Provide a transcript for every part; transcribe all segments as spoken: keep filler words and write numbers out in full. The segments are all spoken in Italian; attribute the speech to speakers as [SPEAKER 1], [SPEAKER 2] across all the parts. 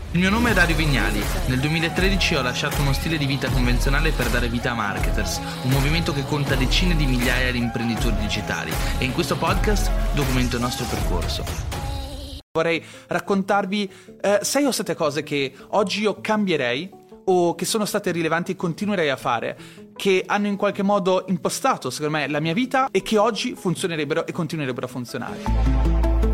[SPEAKER 1] Il mio nome è Dario Vignali. Nel duemilatredici ho lasciato uno stile di vita convenzionale per dare vita a Marketers, un movimento che conta decine di migliaia di imprenditori digitali, e in questo podcast documento il nostro percorso.
[SPEAKER 2] Vorrei raccontarvi eh, sei o sette cose che oggi io cambierei o che sono state rilevanti e continuerei a fare, che hanno in qualche modo impostato, secondo me, la mia vita e che oggi funzionerebbero e continuerebbero a funzionare.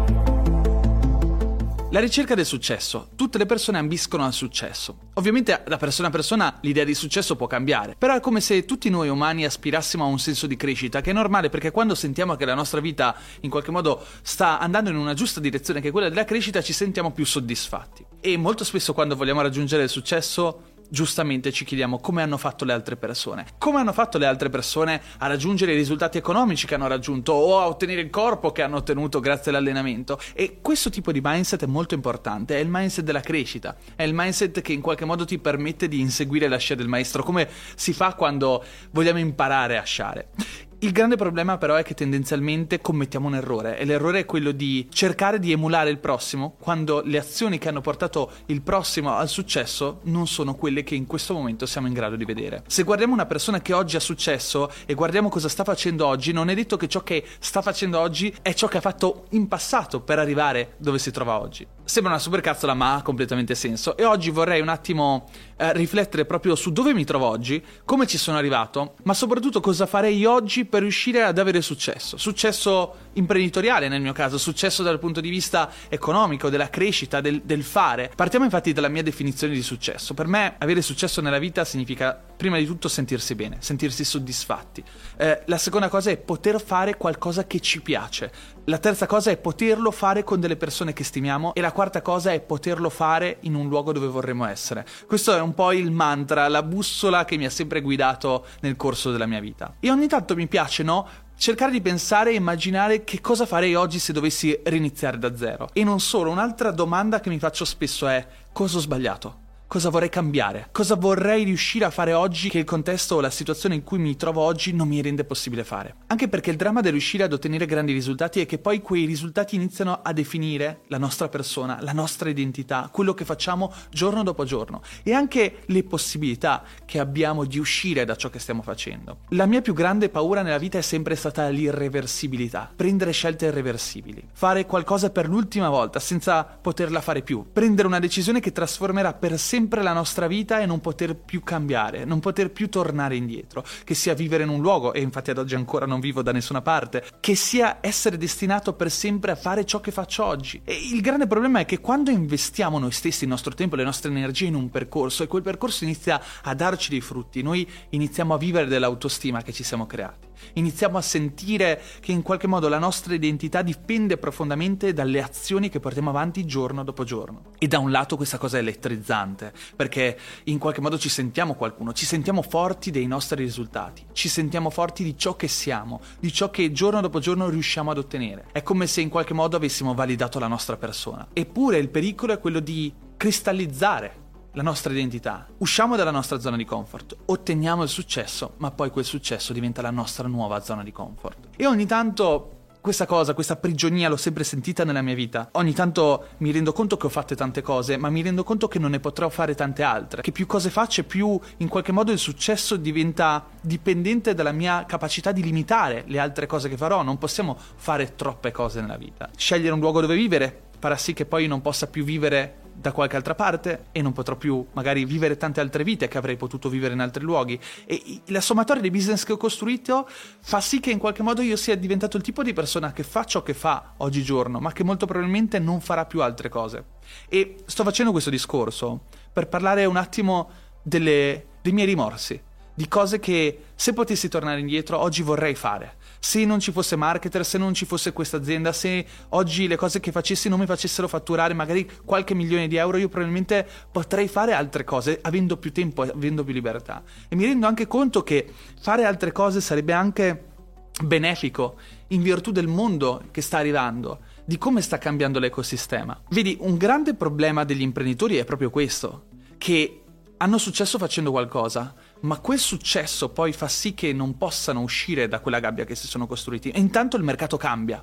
[SPEAKER 2] La ricerca del successo. Tutte le persone ambiscono al successo. Ovviamente da persona a persona l'idea di successo può cambiare, però è come se tutti noi umani aspirassimo a un senso di crescita, che è normale perché quando sentiamo che la nostra vita in qualche modo sta andando in una giusta direzione, che è quella della crescita, ci sentiamo più soddisfatti. E molto spesso quando vogliamo raggiungere il successo, giustamente ci chiediamo come hanno fatto le altre persone. Come hanno fatto le altre persone a raggiungere i risultati economici che hanno raggiunto o a ottenere il corpo che hanno ottenuto grazie all'allenamento. E questo tipo di mindset è molto importante, è il mindset della crescita, è il mindset che in qualche modo ti permette di inseguire la scia del maestro, come si fa quando vogliamo imparare a sciare. Il grande problema però è che tendenzialmente commettiamo un errore, e l'errore è quello di cercare di emulare il prossimo quando le azioni che hanno portato il prossimo al successo non sono quelle che in questo momento siamo in grado di vedere. Se guardiamo una persona che oggi ha successo e guardiamo cosa sta facendo oggi, non è detto che ciò che sta facendo oggi è ciò che ha fatto in passato per arrivare dove si trova oggi. Sembra una supercazzola, ma ha completamente senso, e oggi vorrei un attimo eh, riflettere proprio su dove mi trovo oggi, come ci sono arrivato, ma soprattutto cosa farei oggi per riuscire ad avere successo. Successo imprenditoriale nel mio caso, successo dal punto di vista economico, della crescita, del, del fare. Partiamo infatti dalla mia definizione di successo. Per me avere successo nella vita significa prima di tutto sentirsi bene, sentirsi soddisfatti. Eh, la seconda cosa è poter fare qualcosa che ci piace. La terza cosa è poterlo fare con delle persone che stimiamo, e la quarta cosa è poterlo fare in un luogo dove vorremmo essere. Questo è un po' il mantra, la bussola che mi ha sempre guidato nel corso della mia vita. E ogni tanto mi piace, no? Cercare di pensare e immaginare che cosa farei oggi se dovessi riniziare da zero. E non solo, un'altra domanda che mi faccio spesso è: cosa ho sbagliato? Cosa vorrei cambiare? Cosa vorrei riuscire a fare oggi che il contesto o la situazione in cui mi trovo oggi non mi rende possibile fare? Anche perché il dramma del riuscire ad ottenere grandi risultati è che poi quei risultati iniziano a definire la nostra persona, la nostra identità, quello che facciamo giorno dopo giorno, e anche le possibilità che abbiamo di uscire da ciò che stiamo facendo. La mia più grande paura nella vita è sempre stata l'irreversibilità, prendere scelte irreversibili, fare qualcosa per l'ultima volta senza poterla fare più, prendere una decisione che trasformerà per sempre la nostra vita e non poter più cambiare, non poter più tornare indietro, che sia vivere in un luogo, e infatti ad oggi ancora non vivo da nessuna parte, che sia essere destinato per sempre a fare ciò che faccio oggi. E il grande problema è che quando investiamo noi stessi, il nostro tempo, le nostre energie in un percorso, e quel percorso inizia a darci dei frutti, noi iniziamo a vivere dell'autostima che ci siamo creati. Iniziamo a sentire che in qualche modo la nostra identità dipende profondamente dalle azioni che portiamo avanti giorno dopo giorno. E da un lato questa cosa è elettrizzante, perché in qualche modo ci sentiamo qualcuno, ci sentiamo forti dei nostri risultati, ci sentiamo forti di ciò che siamo, di ciò che giorno dopo giorno riusciamo ad ottenere. È come se in qualche modo avessimo validato la nostra persona. Eppure il pericolo è quello di cristallizzare la nostra identità. Usciamo dalla nostra zona di comfort, otteniamo il successo, ma poi quel successo diventa la nostra nuova zona di comfort. E ogni tanto questa cosa, questa prigionia l'ho sempre sentita nella mia vita. Ogni tanto mi rendo conto che ho fatto tante cose, ma mi rendo conto che non ne potrò fare tante altre. Che più cose faccio, più in qualche modo il successo diventa dipendente dalla mia capacità di limitare le altre cose che farò. Non possiamo fare troppe cose nella vita. Scegliere un luogo dove vivere farà sì che poi non possa più vivere da qualche altra parte, e non potrò più magari vivere tante altre vite che avrei potuto vivere in altri luoghi. E la sommatoria dei business che ho costruito fa sì che in qualche modo io sia diventato il tipo di persona che fa ciò che fa oggigiorno, ma che molto probabilmente non farà più altre cose. E sto facendo questo discorso per parlare un attimo delle, dei miei rimorsi, di cose che, se potessi tornare indietro, oggi vorrei fare. Se non ci fosse Marketer, se non ci fosse questa azienda, se oggi le cose che facessi non mi facessero fatturare magari qualche milione di euro, io probabilmente potrei fare altre cose avendo più tempo, avendo più libertà. E mi rendo anche conto che fare altre cose sarebbe anche benefico in virtù del mondo che sta arrivando, di come sta cambiando l'ecosistema. Vedi, un grande problema degli imprenditori è proprio questo, che hanno successo facendo qualcosa, ma quel successo poi fa sì che non possano uscire da quella gabbia che si sono costruiti. E intanto il mercato cambia,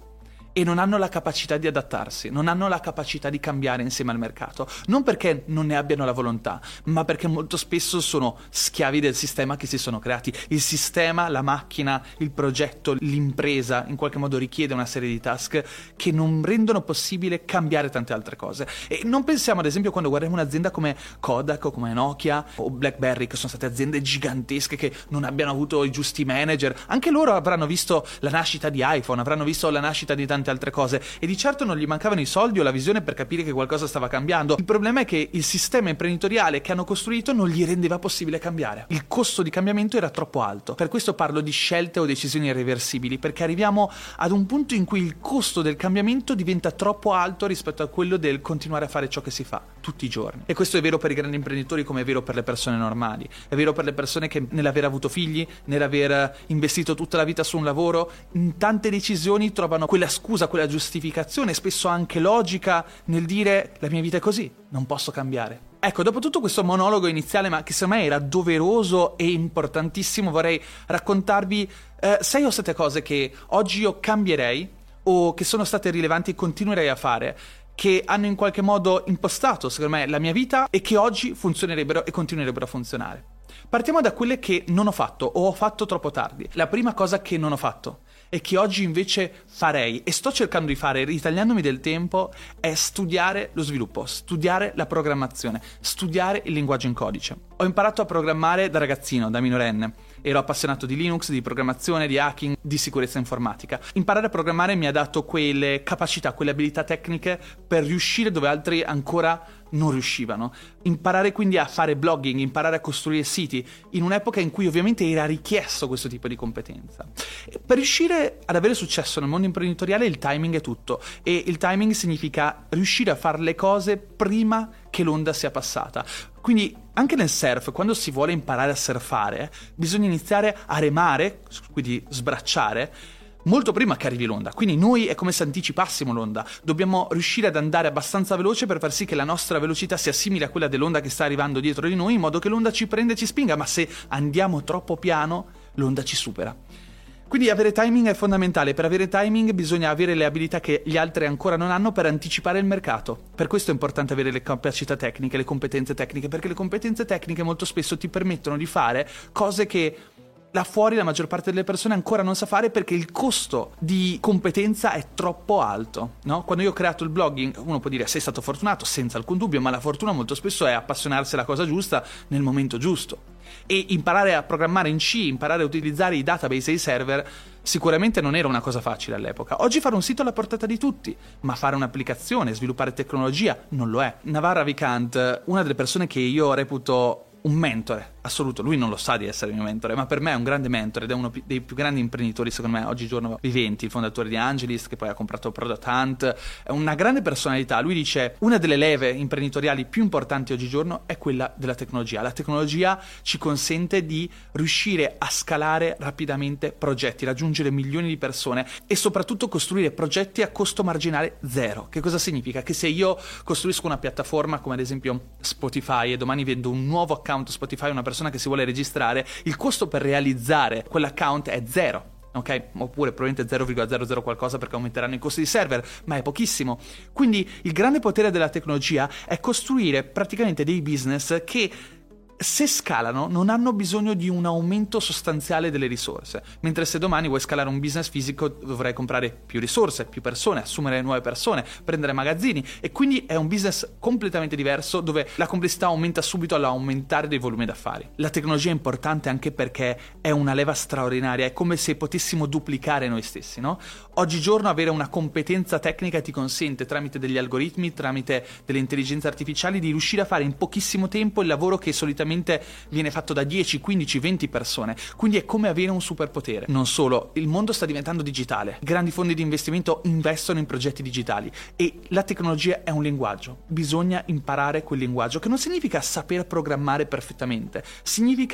[SPEAKER 2] e non hanno la capacità di adattarsi, non hanno la capacità di cambiare insieme al mercato, non perché non ne abbiano la volontà, ma perché molto spesso sono schiavi del sistema che si sono creati. Il sistema, la macchina, il progetto, l'impresa in qualche modo richiede una serie di task che non rendono possibile cambiare tante altre cose. E non pensiamo ad esempio quando guardiamo un'azienda come Kodak o come Nokia o BlackBerry, che sono state aziende gigantesche che non abbiano avuto i giusti manager. Anche loro avranno visto la nascita di iPhone, avranno visto la nascita di tante altre cose e di certo non gli mancavano i soldi o la visione per capire che qualcosa stava cambiando. Il problema è che il sistema imprenditoriale che hanno costruito non gli rendeva possibile cambiare. Il costo di cambiamento era troppo alto. Per questo parlo di scelte o decisioni irreversibili, perché arriviamo ad un punto in cui il costo del cambiamento diventa troppo alto rispetto a quello del continuare a fare ciò che si fa tutti i giorni. E questo è vero per i grandi imprenditori come è vero per le persone normali. È vero per le persone che nell'aver avuto figli, nell'aver investito tutta la vita su un lavoro, in tante decisioni trovano quella scusa, quella giustificazione, spesso anche logica, nel dire la mia vita è così, non posso cambiare. Ecco, dopo tutto questo monologo iniziale, ma che secondo me era doveroso e importantissimo, vorrei raccontarvi eh, sei o sette cose che oggi io cambierei o che sono state rilevanti e continuerei a fare, che hanno in qualche modo impostato, secondo me, la mia vita e che oggi funzionerebbero e continuerebbero a funzionare. Partiamo da quelle che non ho fatto o ho fatto troppo tardi. La prima cosa che non ho fatto e che oggi invece farei e sto cercando di fare ritagliandomi del tempo è studiare lo sviluppo, studiare la programmazione, studiare il linguaggio in codice. Ho imparato a programmare da ragazzino, da minorenne. Ero appassionato di Linux, di programmazione, di hacking, di sicurezza informatica. Imparare a programmare mi ha dato quelle capacità, quelle abilità tecniche per riuscire dove altri ancora non riuscivano. Imparare quindi a fare blogging, imparare a costruire siti, in un'epoca in cui ovviamente era richiesto questo tipo di competenza. Per riuscire ad avere successo nel mondo imprenditoriale il timing è tutto, e il timing significa riuscire a fare le cose prima che l'onda sia passata. Quindi anche nel surf, quando si vuole imparare a surfare, bisogna iniziare a remare, quindi sbracciare, molto prima che arrivi l'onda. Quindi noi è come se anticipassimo l'onda. Dobbiamo riuscire ad andare abbastanza veloce per far sì che la nostra velocità sia simile a quella dell'onda che sta arrivando dietro di noi, in modo che l'onda ci prenda e ci spinga, ma se andiamo troppo piano, l'onda ci supera. Quindi avere timing è fondamentale. Per avere timing bisogna avere le abilità che gli altri ancora non hanno per anticipare il mercato. Per questo è importante avere le capacità tecniche, le competenze tecniche, perché le competenze tecniche molto spesso ti permettono di fare cose che là fuori la maggior parte delle persone ancora non sa fare, perché il costo di competenza è troppo alto, no? Quando io ho creato il blogging, uno può dire sei stato fortunato, senza alcun dubbio, ma la fortuna molto spesso è appassionarsi alla cosa giusta nel momento giusto. E imparare a programmare in C, imparare a utilizzare i database e i server sicuramente non era una cosa facile all'epoca. Oggi fare un sito è alla portata di tutti, ma fare un'applicazione, sviluppare tecnologia non lo è. Navar Ravikant, una delle persone che io reputo un mentore assoluto, lui non lo sa di essere il mio mentore, ma per me è un grande mentore ed è uno dei più grandi imprenditori secondo me oggigiorno viventi, il fondatore di Angelist, che poi ha comprato Product Hunt, è una grande personalità. Lui dice una delle leve imprenditoriali più importanti oggigiorno è quella della tecnologia. La tecnologia ci consente di riuscire a scalare rapidamente progetti, raggiungere milioni di persone e soprattutto costruire progetti a costo marginale zero. Che cosa significa? Che se io costruisco una piattaforma come ad esempio Spotify e domani vendo un nuovo account Spotify a una persona che si vuole registrare, il costo per realizzare quell'account è zero. Ok? Oppure probabilmente zero virgola zero zero qualcosa, perché aumenteranno i costi di server, ma è pochissimo. Quindi il grande potere della tecnologia è costruire praticamente dei business che, se scalano, non hanno bisogno di un aumento sostanziale delle risorse, mentre se domani vuoi scalare un business fisico dovrai comprare più risorse, più persone, assumere nuove persone, prendere magazzini, e quindi è un business completamente diverso dove la complessità aumenta subito all'aumentare dei volumi d'affari. La tecnologia è importante anche perché è una leva straordinaria, è come se potessimo duplicare noi stessi, no? Oggigiorno avere una competenza tecnica ti consente, tramite degli algoritmi, tramite delle intelligenze artificiali, di riuscire a fare in pochissimo tempo il lavoro che solitamente viene fatto da dieci, quindici, venti persone. Quindi è come avere un superpotere. Non solo, il mondo sta diventando digitale. I grandi fondi di investimento investono in progetti digitali e la tecnologia è un linguaggio. Bisogna imparare quel linguaggio, che non significa saper programmare perfettamente, significa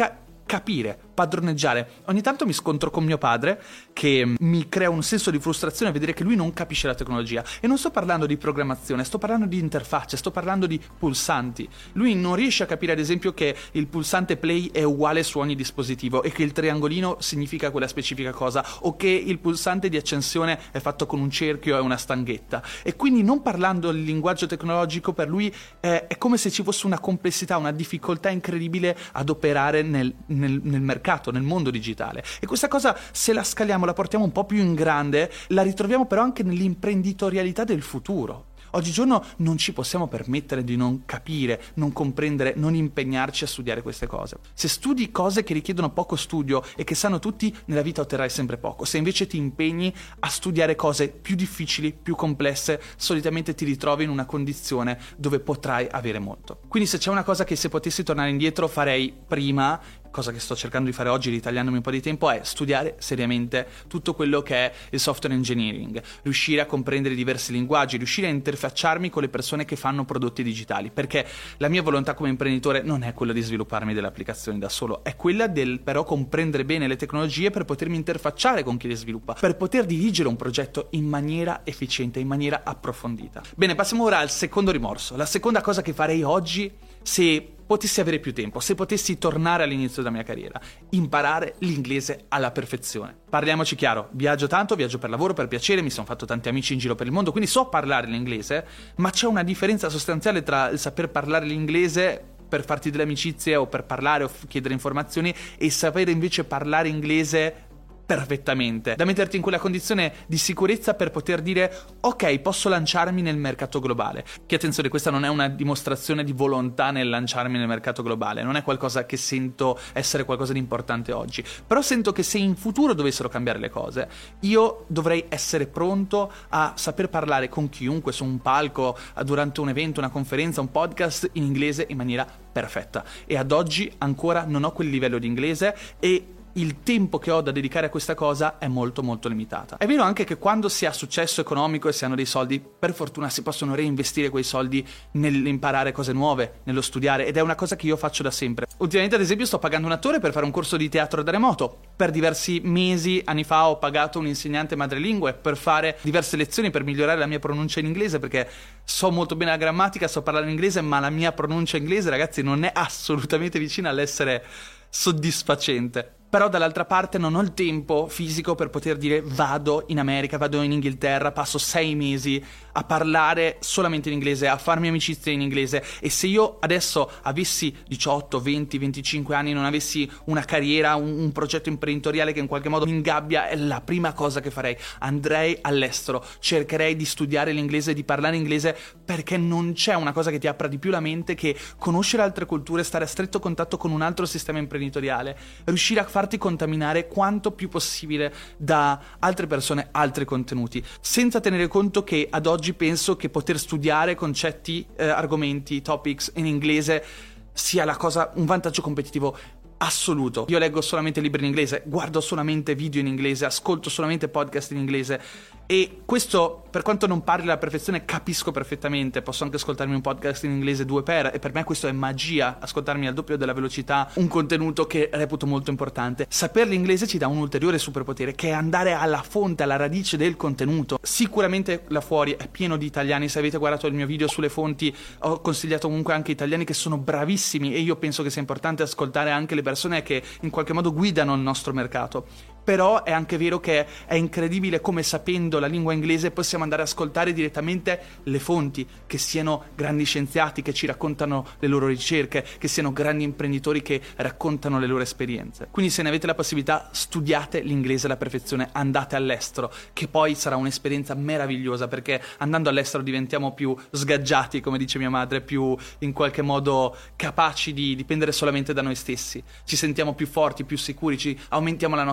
[SPEAKER 2] capire, padroneggiare. Ogni tanto mi scontro con mio padre che mi crea un senso di frustrazione a vedere che lui non capisce la tecnologia, e non sto parlando di programmazione, sto parlando di interfacce, sto parlando di pulsanti. Lui non riesce a capire ad esempio che il pulsante play è uguale su ogni dispositivo e che il triangolino significa quella specifica cosa, o che il pulsante di accensione è fatto con un cerchio e una stanghetta. E quindi, non parlando il linguaggio tecnologico, per lui è, è come se ci fosse una complessità, una difficoltà incredibile ad operare nel, nel, nel mercato, nel mondo digitale. E questa cosa, se la scaliamo, la portiamo un po' più in grande, la ritroviamo però anche nell'imprenditorialità del futuro. Oggigiorno non ci possiamo permettere di non capire, non comprendere, non impegnarci a studiare queste cose. Se studi cose che richiedono poco studio e che sanno tutti, nella vita otterrai sempre poco. Se invece ti impegni a studiare cose più difficili, più complesse, solitamente ti ritrovi in una condizione dove potrai avere molto. Quindi, se c'è una cosa che, se potessi tornare indietro, farei prima, cosa che sto cercando di fare oggi ritagliandomi un po' di tempo, è studiare seriamente tutto quello che è il software engineering, riuscire a comprendere diversi linguaggi, riuscire a interfacciarmi con le persone che fanno prodotti digitali, perché la mia volontà come imprenditore non è quella di svilupparmi delle applicazioni da solo, è quella del però comprendere bene le tecnologie per potermi interfacciare con chi le sviluppa, per poter dirigere un progetto in maniera efficiente, in maniera approfondita. Bene, passiamo ora al secondo rimorso. La seconda cosa che farei oggi, se potessi avere più tempo, se potessi tornare all'inizio della mia carriera: imparare l'inglese alla perfezione. Parliamoci chiaro, viaggio tanto, viaggio per lavoro, per piacere, mi sono fatto tanti amici in giro per il mondo, quindi so parlare l'inglese, ma c'è una differenza sostanziale tra il saper parlare l'inglese per farti delle amicizie o per parlare o chiedere informazioni e sapere invece parlare inglese perfettamente, da metterti in quella condizione di sicurezza per poter dire: ok, posso lanciarmi nel mercato globale. Che, attenzione, questa non è una dimostrazione di volontà nel lanciarmi nel mercato globale, non è qualcosa che sento essere qualcosa di importante oggi, però sento che se in futuro dovessero cambiare le cose, io dovrei essere pronto a saper parlare con chiunque su un palco, durante un evento, una conferenza, un podcast, in inglese in maniera perfetta. E ad oggi ancora non ho quel livello di inglese e il tempo che ho da dedicare a questa cosa è molto molto limitata. È vero anche che quando si ha successo economico e si hanno dei soldi, per fortuna si possono reinvestire quei soldi nell'imparare cose nuove, nello studiare, ed è una cosa che io faccio da sempre. Ultimamente, ad esempio, sto pagando un attore per fare un corso di teatro da remoto. Per diversi mesi, anni fa, ho pagato un insegnante madrelingua per fare diverse lezioni per migliorare la mia pronuncia in inglese, perché so molto bene la grammatica, so parlare in inglese, ma la mia pronuncia inglese, ragazzi, non è assolutamente vicina all'essere soddisfacente. Però dall'altra parte non ho il tempo fisico per poter dire: vado in America, vado in Inghilterra, passo sei mesi a parlare solamente in inglese, a farmi amicizie in inglese. E se io adesso avessi diciotto, venti, venticinque anni, non avessi una carriera, un, un progetto imprenditoriale che in qualche modo mi ingabbia, è la prima cosa che farei: andrei all'estero, cercherei di studiare l'inglese, di parlare inglese, perché non c'è una cosa che ti apra di più la mente che conoscere altre culture, stare a stretto contatto con un altro sistema imprenditoriale, riuscire a farti contaminare quanto più possibile da altre persone, altri contenuti, senza tenere conto che ad oggi penso che poter studiare concetti, eh, argomenti, topics in inglese sia la cosa, un vantaggio competitivo assoluto. Io leggo solamente libri in inglese, guardo solamente video in inglese, ascolto solamente podcast in inglese, e questo, per quanto non parli alla perfezione, capisco perfettamente. Posso anche ascoltarmi un podcast in inglese due per, e per me questo è magia, ascoltarmi al doppio della velocità un contenuto che reputo molto importante. Saper l'inglese ci dà un ulteriore superpotere, che è andare alla fonte, alla radice del contenuto. Sicuramente là fuori è pieno di italiani, se avete guardato il mio video sulle fonti ho consigliato comunque anche italiani che sono bravissimi, e io penso che sia importante ascoltare anche le persone che in qualche modo guidano il nostro mercato. Però è anche vero che è incredibile come, sapendo la lingua inglese, possiamo andare ad ascoltare direttamente le fonti, che siano grandi scienziati che ci raccontano le loro ricerche, che siano grandi imprenditori che raccontano le loro esperienze. Quindi, se ne avete la possibilità, studiate l'inglese alla perfezione, andate all'estero, che poi sarà un'esperienza meravigliosa, perché andando all'estero diventiamo più sgaggiati, come dice mia madre, più in qualche modo capaci di dipendere solamente da noi stessi, ci sentiamo più forti, più sicuri, ci aumentiamo la nostra autostima.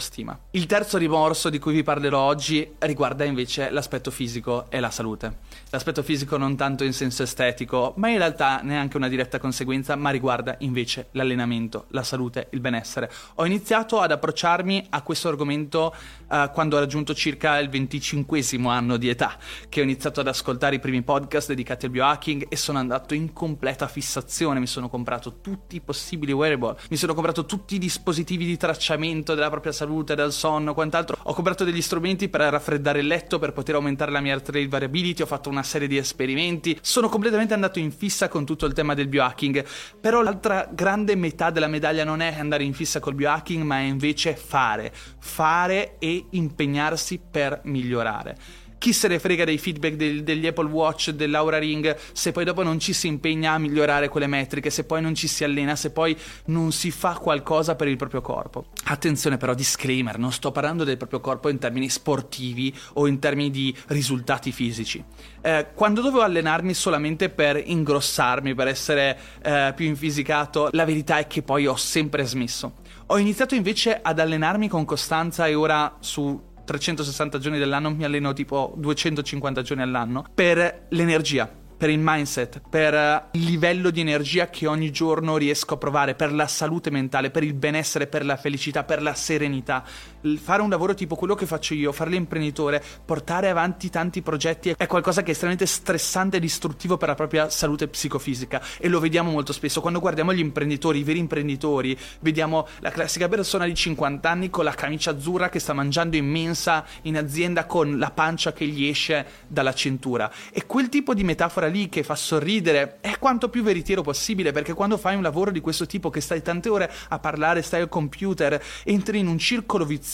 [SPEAKER 2] autostima. Il terzo rimorso di cui vi parlerò oggi riguarda invece l'aspetto fisico e la salute. L'aspetto fisico non tanto in senso estetico, ma in realtà neanche una diretta conseguenza, ma riguarda invece l'allenamento, la salute, il benessere. Ho iniziato ad approcciarmi a questo argomento uh, quando ho raggiunto circa il venticinquesimo anno di età, che ho iniziato ad ascoltare i primi podcast dedicati al biohacking e sono andato in completa fissazione. Mi sono comprato tutti i possibili wearable, mi sono comprato tutti i dispositivi di tracciamento della propria salute, del sonno, quant'altro. Ho comprato degli strumenti per raffreddare il letto, per poter aumentare la mia heart rate variability, ho fatto una serie di esperimenti, sono completamente andato in fissa con tutto il tema del biohacking. Però l'altra grande metà della medaglia non è andare in fissa col biohacking, ma è invece fare, fare e impegnarsi per migliorare. Chi se ne frega dei feedback del, degli Apple Watch, dell'Oura Ring, se poi dopo non ci si impegna a migliorare quelle metriche, se poi non ci si allena, se poi non si fa qualcosa per il proprio corpo. Attenzione però, disclaimer, non sto parlando del proprio corpo in termini sportivi o in termini di risultati fisici. Eh, quando dovevo allenarmi solamente per ingrossarmi, per essere eh, più infisicato, la verità è che poi ho sempre smesso. Ho iniziato invece ad allenarmi con costanza e ora su trecentosessanta giorni dell'anno mi alleno tipo duecentocinquanta giorni all'anno per l'energia, per il mindset, per il livello di energia che ogni giorno riesco a provare, per la salute mentale, per il benessere, per la felicità, per la serenità. Fare un lavoro tipo quello che faccio io, fare l'imprenditore, portare avanti tanti progetti è qualcosa che è estremamente stressante e distruttivo per la propria salute psicofisica, e lo vediamo molto spesso quando guardiamo gli imprenditori, i veri imprenditori. Vediamo la classica persona di cinquanta anni con la camicia azzurra che sta mangiando in mensa in azienda con la pancia che gli esce dalla cintura, e quel tipo di metafora lì che fa sorridere è quanto più veritiero possibile, perché quando fai un lavoro di questo tipo, che stai tante ore a parlare, stai al computer, entri in un circolo vizioso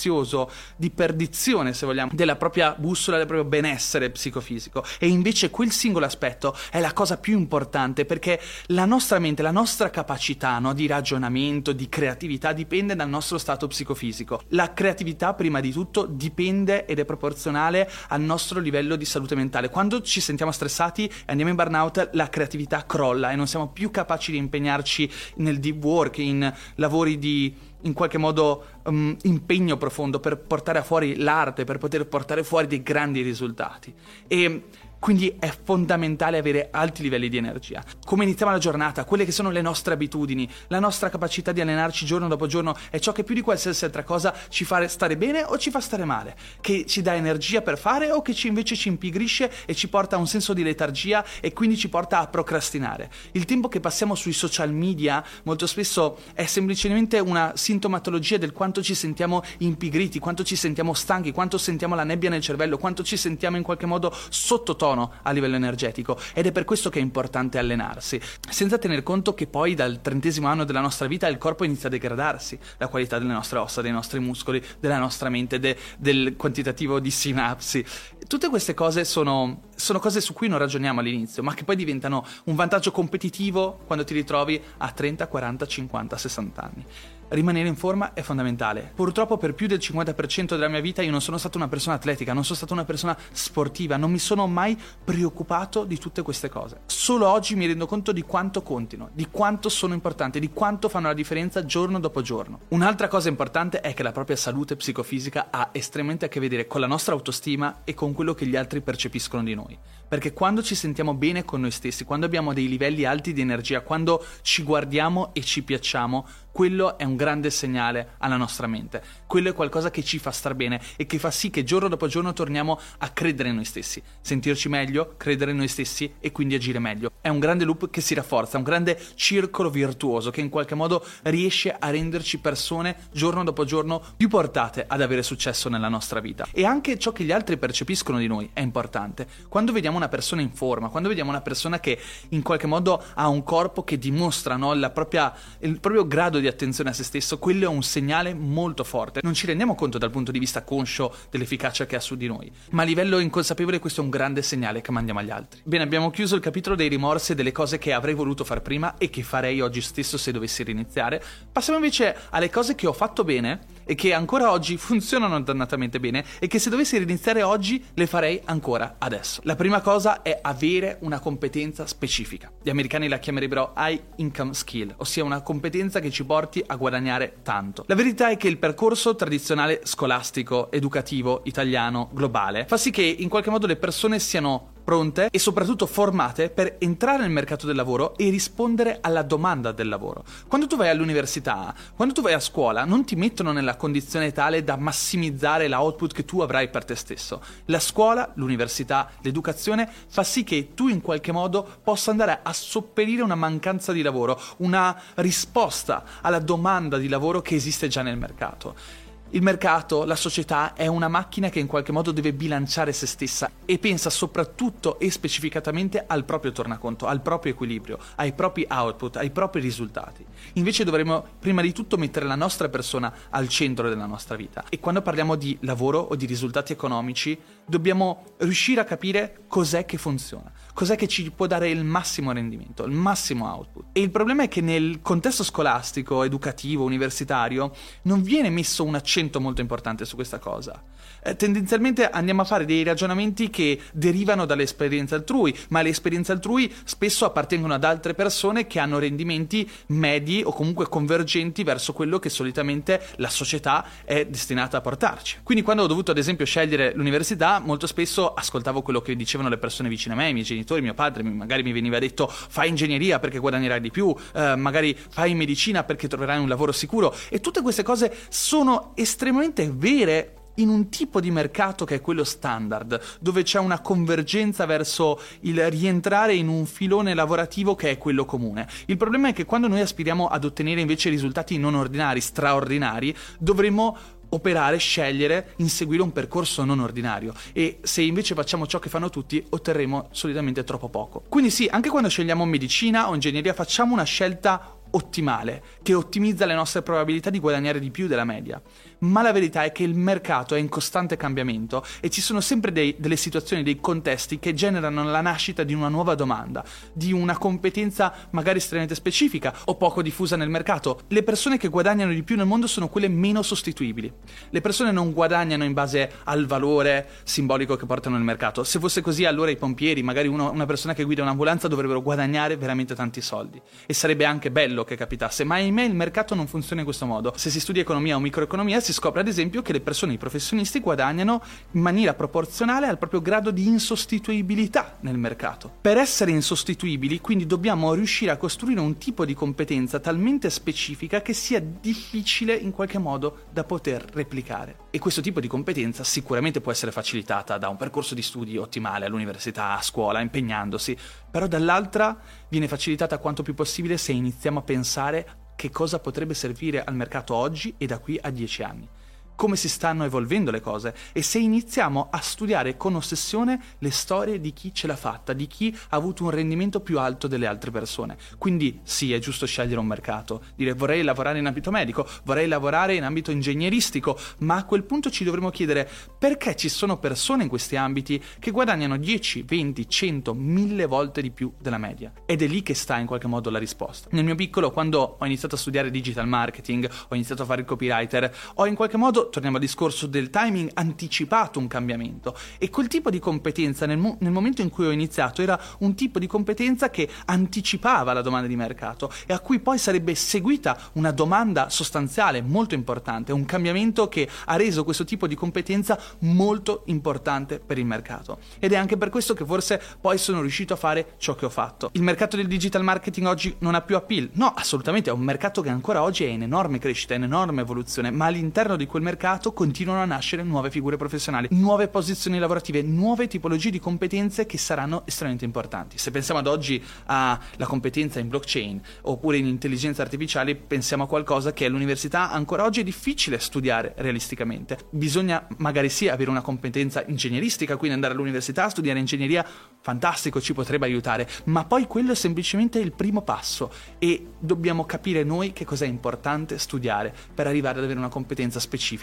[SPEAKER 2] di perdizione, se vogliamo, della propria bussola, del proprio benessere psicofisico. E invece quel singolo aspetto è la cosa più importante, perché la nostra mente, la nostra capacità, no, di ragionamento, di creatività dipende dal nostro stato psicofisico. La creatività prima di tutto dipende ed è proporzionale al nostro livello di salute mentale. Quando ci sentiamo stressati e andiamo in burnout, la creatività crolla e non siamo più capaci di impegnarci nel deep work, in lavori di in qualche modo um, impegno profondo per portare fuori l'arte, per poter portare fuori dei grandi risultati. E quindi è fondamentale avere alti livelli di energia. Come iniziamo la giornata, quelle che sono le nostre abitudini, la nostra capacità di allenarci giorno dopo giorno è ciò che più di qualsiasi altra cosa ci fa stare bene o ci fa stare male, che ci dà energia per fare o che ci invece ci impigrisce e ci porta a un senso di letargia e quindi ci porta a procrastinare. Il tempo che passiamo sui social media molto spesso è semplicemente una sintomatologia del quanto ci sentiamo impigriti, quanto ci sentiamo stanchi, quanto sentiamo la nebbia nel cervello, quanto ci sentiamo in qualche modo sottotono a livello energetico, ed è per questo che è importante allenarsi, senza tener conto che poi dal trentesimo anno della nostra vita il corpo inizia a degradarsi, la qualità delle nostre ossa, dei nostri muscoli, della nostra mente, de, del quantitativo di sinapsi. Tutte queste cose sono, sono cose su cui non ragioniamo all'inizio, ma che poi diventano un vantaggio competitivo quando ti ritrovi a trenta, quaranta, cinquanta, sessanta anni. Rimanere in forma è fondamentale. Purtroppo per più del cinquanta per cento della mia vita io non sono stata una persona atletica, non sono stata una persona sportiva, non mi sono mai preoccupato di tutte queste cose. Solo oggi mi rendo conto di quanto contino, di quanto sono importanti, di quanto fanno la differenza giorno dopo giorno. Un'altra cosa importante è che la propria salute psicofisica ha estremamente a che vedere con la nostra autostima e con quello che gli altri percepiscono di noi. Perché quando ci sentiamo bene con noi stessi, quando abbiamo dei livelli alti di energia, quando ci guardiamo e ci piacciamo, quello è un grande segnale alla nostra mente. Quello è qualcosa che ci fa star bene e che fa sì che giorno dopo giorno torniamo a credere in noi stessi, sentirci meglio, credere in noi stessi e quindi agire meglio. È un grande loop che si rafforza, un grande circolo virtuoso che in qualche modo riesce a renderci persone giorno dopo giorno più portate ad avere successo nella nostra vita. E anche ciò che gli altri percepiscono di noi è importante. Quando vediamo una persona in forma, quando vediamo una persona che in qualche modo ha un corpo che dimostra, no, la propria, il proprio grado di attenzione a se stesso, quello è un segnale molto forte. Non ci rendiamo conto dal punto di vista conscio dell'efficacia che ha su di noi, ma a livello inconsapevole questo è un grande segnale che mandiamo agli altri. Bene, abbiamo chiuso il capitolo dei rimorsi e delle cose che avrei voluto far prima e che farei oggi stesso se dovessi riniziare. Passiamo invece alle cose che ho fatto bene e che ancora oggi funzionano dannatamente bene e che se dovessi riniziare oggi le farei ancora adesso. La prima cosa è avere una competenza specifica. Gli americani la chiamerebbero high income skill, ossia una competenza che ci porti a guadagnare tanto. La verità è che il percorso tradizionale scolastico, educativo, italiano, globale, fa sì che in qualche modo le persone siano pronte e soprattutto formate per entrare nel mercato del lavoro e rispondere alla domanda del lavoro. Quando tu vai all'università, quando tu vai a scuola, non ti mettono nella condizione tale da massimizzare l'output che tu avrai per te stesso. La scuola, l'università, l'educazione fa sì che tu in qualche modo possa andare a sopperire una mancanza di lavoro, una risposta alla domanda di lavoro che esiste già nel mercato. Il mercato, la società, è una macchina che in qualche modo deve bilanciare se stessa e pensa soprattutto e specificatamente al proprio tornaconto, al proprio equilibrio, ai propri output, ai propri risultati. Invece dovremmo prima di tutto mettere la nostra persona al centro della nostra vita. E quando parliamo di lavoro o di risultati economici, dobbiamo riuscire a capire cos'è che funziona, cos'è che ci può dare il massimo rendimento, il massimo output. E il problema è che nel contesto scolastico, educativo, universitario, non viene messo un accento molto importante su questa cosa. Eh, tendenzialmente andiamo a fare dei ragionamenti che derivano dalle esperienze altrui, ma le esperienze altrui spesso appartengono ad altre persone che hanno rendimenti medi o comunque convergenti verso quello che solitamente la società è destinata a portarci. Quindi quando ho dovuto ad esempio scegliere l'università, molto spesso ascoltavo quello che dicevano le persone vicine a me, i miei genitori, mio padre, magari mi veniva detto fai ingegneria perché guadagnerai di più, eh, magari fai medicina perché troverai un lavoro sicuro, e tutte queste cose sono estremamente vere in un tipo di mercato che è quello standard, dove c'è una convergenza verso il rientrare in un filone lavorativo che è quello comune. Il problema è che quando noi aspiriamo ad ottenere invece risultati non ordinari, straordinari, dovremmo operare, scegliere, inseguire un percorso non ordinario, e se invece facciamo ciò che fanno tutti otterremo solitamente troppo poco. Quindi sì, anche quando scegliamo medicina o ingegneria facciamo una scelta ottimale che ottimizza le nostre probabilità di guadagnare di più della media, ma la verità è che il mercato è in costante cambiamento e ci sono sempre dei, delle situazioni, dei contesti che generano la nascita di una nuova domanda, di una competenza magari estremamente specifica o poco diffusa nel mercato. Le persone che guadagnano di più nel mondo sono quelle meno sostituibili. Le persone non guadagnano in base al valore simbolico che portano nel mercato. Se fosse così, allora i pompieri, magari uno, una persona che guida un'ambulanza, dovrebbero guadagnare veramente tanti soldi, e sarebbe anche bello che capitasse, ma ahimè il mercato non funziona in questo modo. Se si studia economia o microeconomia si scopre ad esempio che le persone, i professionisti, guadagnano in maniera proporzionale al proprio grado di insostituibilità nel mercato. Per essere insostituibili, quindi, dobbiamo riuscire a costruire un tipo di competenza talmente specifica che sia difficile in qualche modo da poter replicare. E questo tipo di competenza sicuramente può essere facilitata da un percorso di studi ottimale all'università, a scuola, impegnandosi, però dall'altra viene facilitata quanto più possibile se iniziamo a pensare che cosa potrebbe servire al mercato oggi e da qui a dieci anni. Come si stanno evolvendo le cose, e se iniziamo a studiare con ossessione le storie di chi ce l'ha fatta, di chi ha avuto un rendimento più alto delle altre persone. Quindi sì, è giusto scegliere un mercato, dire vorrei lavorare in ambito medico, vorrei lavorare in ambito ingegneristico, ma a quel punto ci dovremo chiedere perché ci sono persone in questi ambiti che guadagnano dieci, venti, cento, mille volte di più della media. Ed è lì che sta in qualche modo la risposta. Nel mio piccolo, quando ho iniziato a studiare digital marketing, ho iniziato a fare il copywriter, ho in qualche modo, torniamo al discorso del timing, anticipato un cambiamento, e quel tipo di competenza nel, mo- nel momento in cui ho iniziato era un tipo di competenza che anticipava la domanda di mercato e a cui poi sarebbe seguita una domanda sostanziale molto importante, un cambiamento che ha reso questo tipo di competenza molto importante per il mercato. Ed è anche per questo che forse poi sono riuscito a fare ciò che ho fatto. Il mercato del digital marketing oggi non ha più appeal? No, assolutamente, è un mercato che ancora oggi è in enorme crescita, in enorme evoluzione, ma all'interno di quel mercato continuano a nascere nuove figure professionali, nuove posizioni lavorative, nuove tipologie di competenze che saranno estremamente importanti. Se pensiamo ad oggi alla competenza in blockchain oppure in intelligenza artificiale, pensiamo a qualcosa che all'università ancora oggi è difficile studiare realisticamente. Bisogna magari sì avere una competenza ingegneristica, quindi andare all'università a studiare ingegneria, fantastico, ci potrebbe aiutare, ma poi quello è semplicemente il primo passo e dobbiamo capire noi che cos'è importante studiare per arrivare ad avere una competenza specifica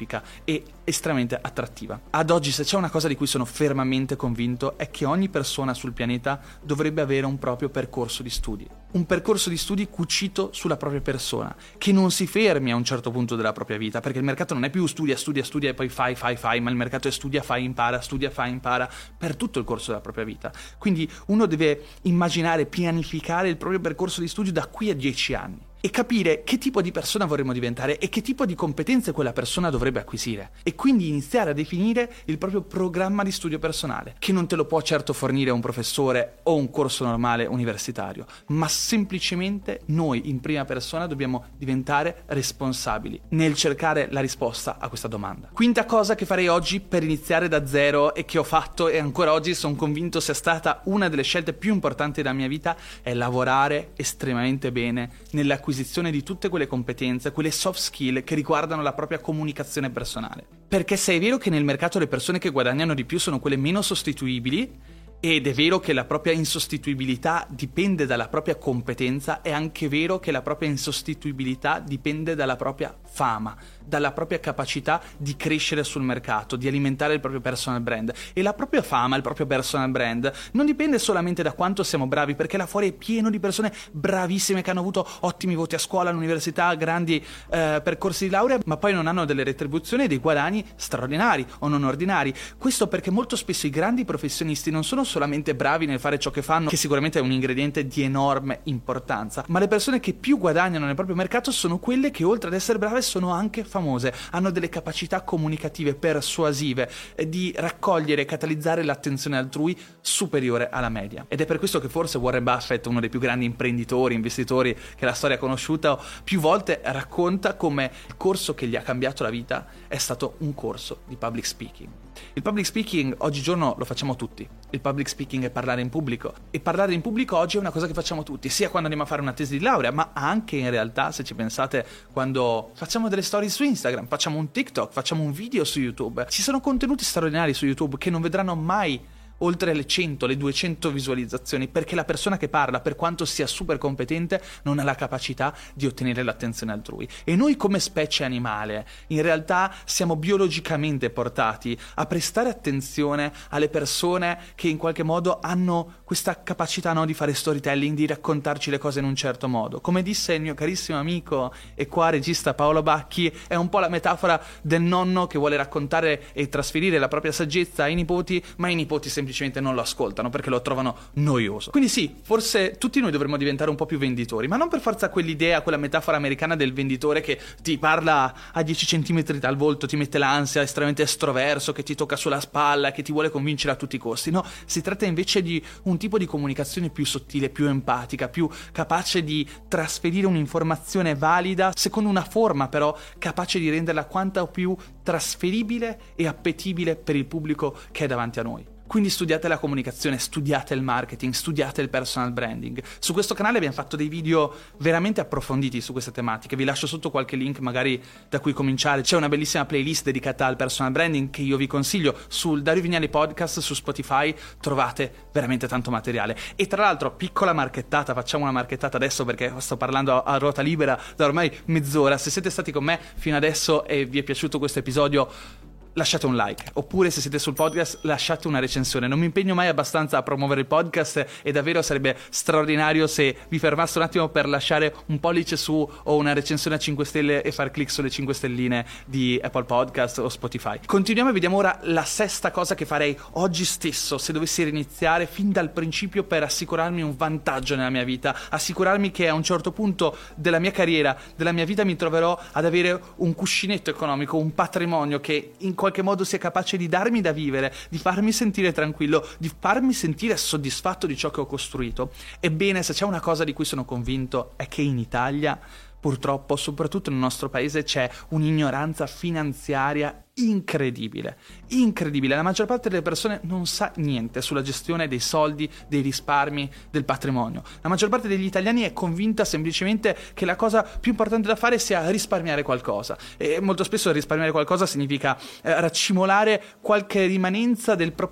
[SPEAKER 2] specifica e estremamente attrattiva. Ad oggi, se c'è una cosa di cui sono fermamente convinto, è che ogni persona sul pianeta dovrebbe avere un proprio percorso di studi. Un percorso di studi cucito sulla propria persona, che non si fermi a un certo punto della propria vita, perché il mercato non è più studia, studia, studia e poi fai, fai, fai, ma il mercato è studia, fai, impara, studia, fai, impara per tutto il corso della propria vita. Quindi uno deve immaginare, pianificare il proprio percorso di studio da qui a dieci anni e capire che tipo di persona vorremmo diventare e che tipo di competenze quella persona dovrebbe acquisire, e quindi iniziare a definire il proprio programma di studio personale, che non te lo può certo fornire un professore o un corso normale universitario, ma semplicemente noi in prima persona dobbiamo diventare responsabili nel cercare la risposta a questa domanda. Quinta cosa che farei oggi per iniziare da zero e che ho fatto e ancora oggi sono convinto sia stata una delle scelte più importanti della mia vita è lavorare estremamente bene nell'acquisizione di tutte quelle competenze, quelle soft skill che riguardano la propria comunicazione personale. Perché se è vero che nel mercato le persone che guadagnano di più sono quelle meno sostituibili, ed è vero che la propria insostituibilità dipende dalla propria competenza, è anche vero che la propria insostituibilità dipende dalla propria fama, dalla propria capacità di crescere sul mercato, di alimentare il proprio personal brand. E la propria fama, il proprio personal brand non dipende solamente da quanto siamo bravi, perché là fuori è pieno di persone bravissime che hanno avuto ottimi voti a scuola, all'università, grandi eh, percorsi di laurea, ma poi non hanno delle retribuzioni e dei guadagni straordinari o non ordinari. Questo perché molto spesso i grandi professionisti non sono solamente bravi nel fare ciò che fanno, che sicuramente è un ingrediente di enorme importanza, ma le persone che più guadagnano nel proprio mercato sono quelle che oltre ad essere brave sono anche famose, hanno delle capacità comunicative, persuasive, eh, di raccogliere e catalizzare l'attenzione altrui superiore alla media. Ed è per questo che forse Warren Buffett, uno dei più grandi imprenditori, investitori che la storia ha conosciuta, più volte racconta come il corso che gli ha cambiato la vita è stato un corso di public speaking. Il public speaking oggigiorno lo facciamo tutti. Il public speaking è parlare in pubblico, e parlare in pubblico oggi è una cosa che facciamo tutti, sia quando andiamo a fare una tesi di laurea, ma anche in realtà, se ci pensate, quando facciamo delle storie su Instagram, facciamo un TikTok, facciamo un video su YouTube. Ci sono contenuti straordinari su YouTube che non vedranno mai oltre le cento, le duecento visualizzazioni, perché la persona che parla, per quanto sia super competente, non ha la capacità di ottenere l'attenzione altrui. E noi come specie animale in realtà siamo biologicamente portati a prestare attenzione alle persone che in qualche modo hanno questa capacità, no, di fare storytelling, di raccontarci le cose in un certo modo. Come disse il mio carissimo amico e qua regista Paolo Bacchi, è un po' la metafora del nonno che vuole raccontare e trasferire la propria saggezza ai nipoti, ma i nipoti semplicemente semplicemente non lo ascoltano perché lo trovano noioso. Quindi sì, forse tutti noi dovremmo diventare un po' più venditori, ma non per forza quell'idea, quella metafora americana del venditore che ti parla a dieci centimetri dal volto, ti mette l'ansia, è estremamente estroverso, che ti tocca sulla spalla, che ti vuole convincere a tutti i costi. No, si tratta invece di un tipo di comunicazione più sottile, più empatica, più capace di trasferire un'informazione valida secondo una forma però capace di renderla quanto più trasferibile e appetibile per il pubblico che è davanti a noi. Quindi studiate la comunicazione, studiate il marketing, studiate il personal branding. Su questo canale abbiamo fatto dei video veramente approfonditi su queste tematiche. Vi lascio sotto qualche link magari da cui cominciare. C'è una bellissima playlist dedicata al personal branding che io vi consiglio. Sul Dario Vignali Podcast su Spotify trovate veramente tanto materiale. E tra l'altro, piccola marchettata, facciamo una marchettata adesso perché sto parlando a, a ruota libera da ormai mezz'ora. Se siete stati con me fino adesso e vi è piaciuto questo episodio, lasciate un like, oppure se siete sul podcast lasciate una recensione. Non mi impegno mai abbastanza a promuovere il podcast e davvero sarebbe straordinario se vi fermaste un attimo per lasciare un pollice su o una recensione a cinque stelle e far click sulle cinque stelline di Apple Podcast o Spotify. Continuiamo e vediamo ora la sesta cosa che farei oggi stesso se dovessi iniziare fin dal principio per assicurarmi un vantaggio nella mia vita, assicurarmi che a un certo punto della mia carriera, della mia vita, mi troverò ad avere un cuscinetto economico, un patrimonio che in qualche modo sia capace di darmi da vivere, di farmi sentire tranquillo, di farmi sentire soddisfatto di ciò che ho costruito. Ebbene, se c'è una cosa di cui sono convinto è che in Italia, purtroppo, soprattutto nel nostro paese, c'è un'ignoranza finanziaria incredibile, incredibile. La maggior parte delle persone non sa niente sulla gestione dei soldi, dei risparmi, del patrimonio. La maggior parte degli italiani è convinta semplicemente che la cosa più importante da fare sia risparmiare qualcosa, e molto spesso risparmiare qualcosa significa eh, raccimolare qualche rimanenza del proprio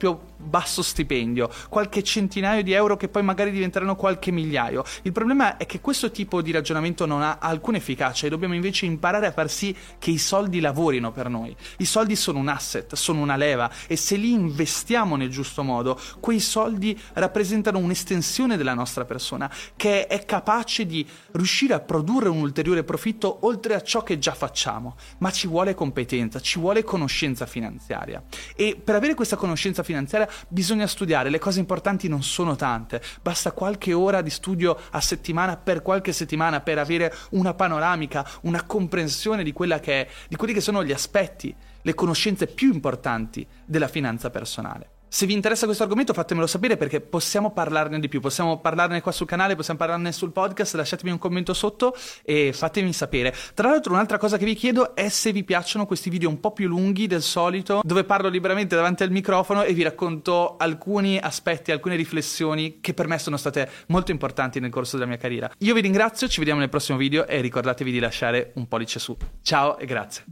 [SPEAKER 2] basso stipendio, qualche centinaio di euro che poi magari diventeranno qualche migliaio. Il problema è che questo tipo di ragionamento non ha alcuna efficacia e dobbiamo invece imparare a far sì che i soldi lavorino per noi. I soldi sono un asset, sono una leva e se li investiamo nel giusto modo, quei soldi rappresentano un'estensione della nostra persona che è capace di riuscire a produrre un ulteriore profitto oltre a ciò che già facciamo. Ma ci vuole competenza, ci vuole conoscenza finanziaria e per avere questa conoscenza finanziaria bisogna studiare. Le cose importanti non sono tante, basta qualche ora di studio a settimana per qualche settimana per avere una panoramica, una comprensione di quella che è, di quelli che sono gli aspetti, le conoscenze più importanti della finanza personale. Se vi interessa questo argomento fatemelo sapere perché possiamo parlarne di più, possiamo parlarne qua sul canale, possiamo parlarne sul podcast, lasciatemi un commento sotto e fatemi sapere. Tra l'altro un'altra cosa che vi chiedo è se vi piacciono questi video un po' più lunghi del solito, dove parlo liberamente davanti al microfono e vi racconto alcuni aspetti, alcune riflessioni che per me sono state molto importanti nel corso della mia carriera. Io vi ringrazio, ci vediamo nel prossimo video e ricordatevi di lasciare un pollice su. Ciao e grazie.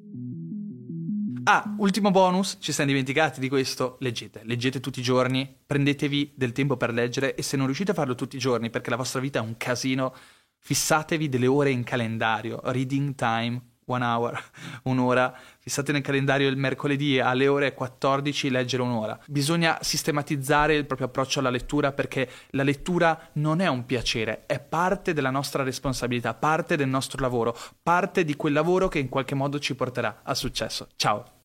[SPEAKER 2] Ah, ultimo bonus, ci siamo dimenticati di questo, leggete, leggete tutti i giorni, prendetevi del tempo per leggere e se non riuscite a farlo tutti i giorni perché la vostra vita è un casino, fissatevi delle ore in calendario, reading time, one hour, un'ora, fissate nel calendario il mercoledì alle ore quattordici leggere un'ora. Bisogna sistematizzare il proprio approccio alla lettura perché la lettura non è un piacere, è parte della nostra responsabilità, parte del nostro lavoro, parte di quel lavoro che in qualche modo ci porterà al successo. Ciao!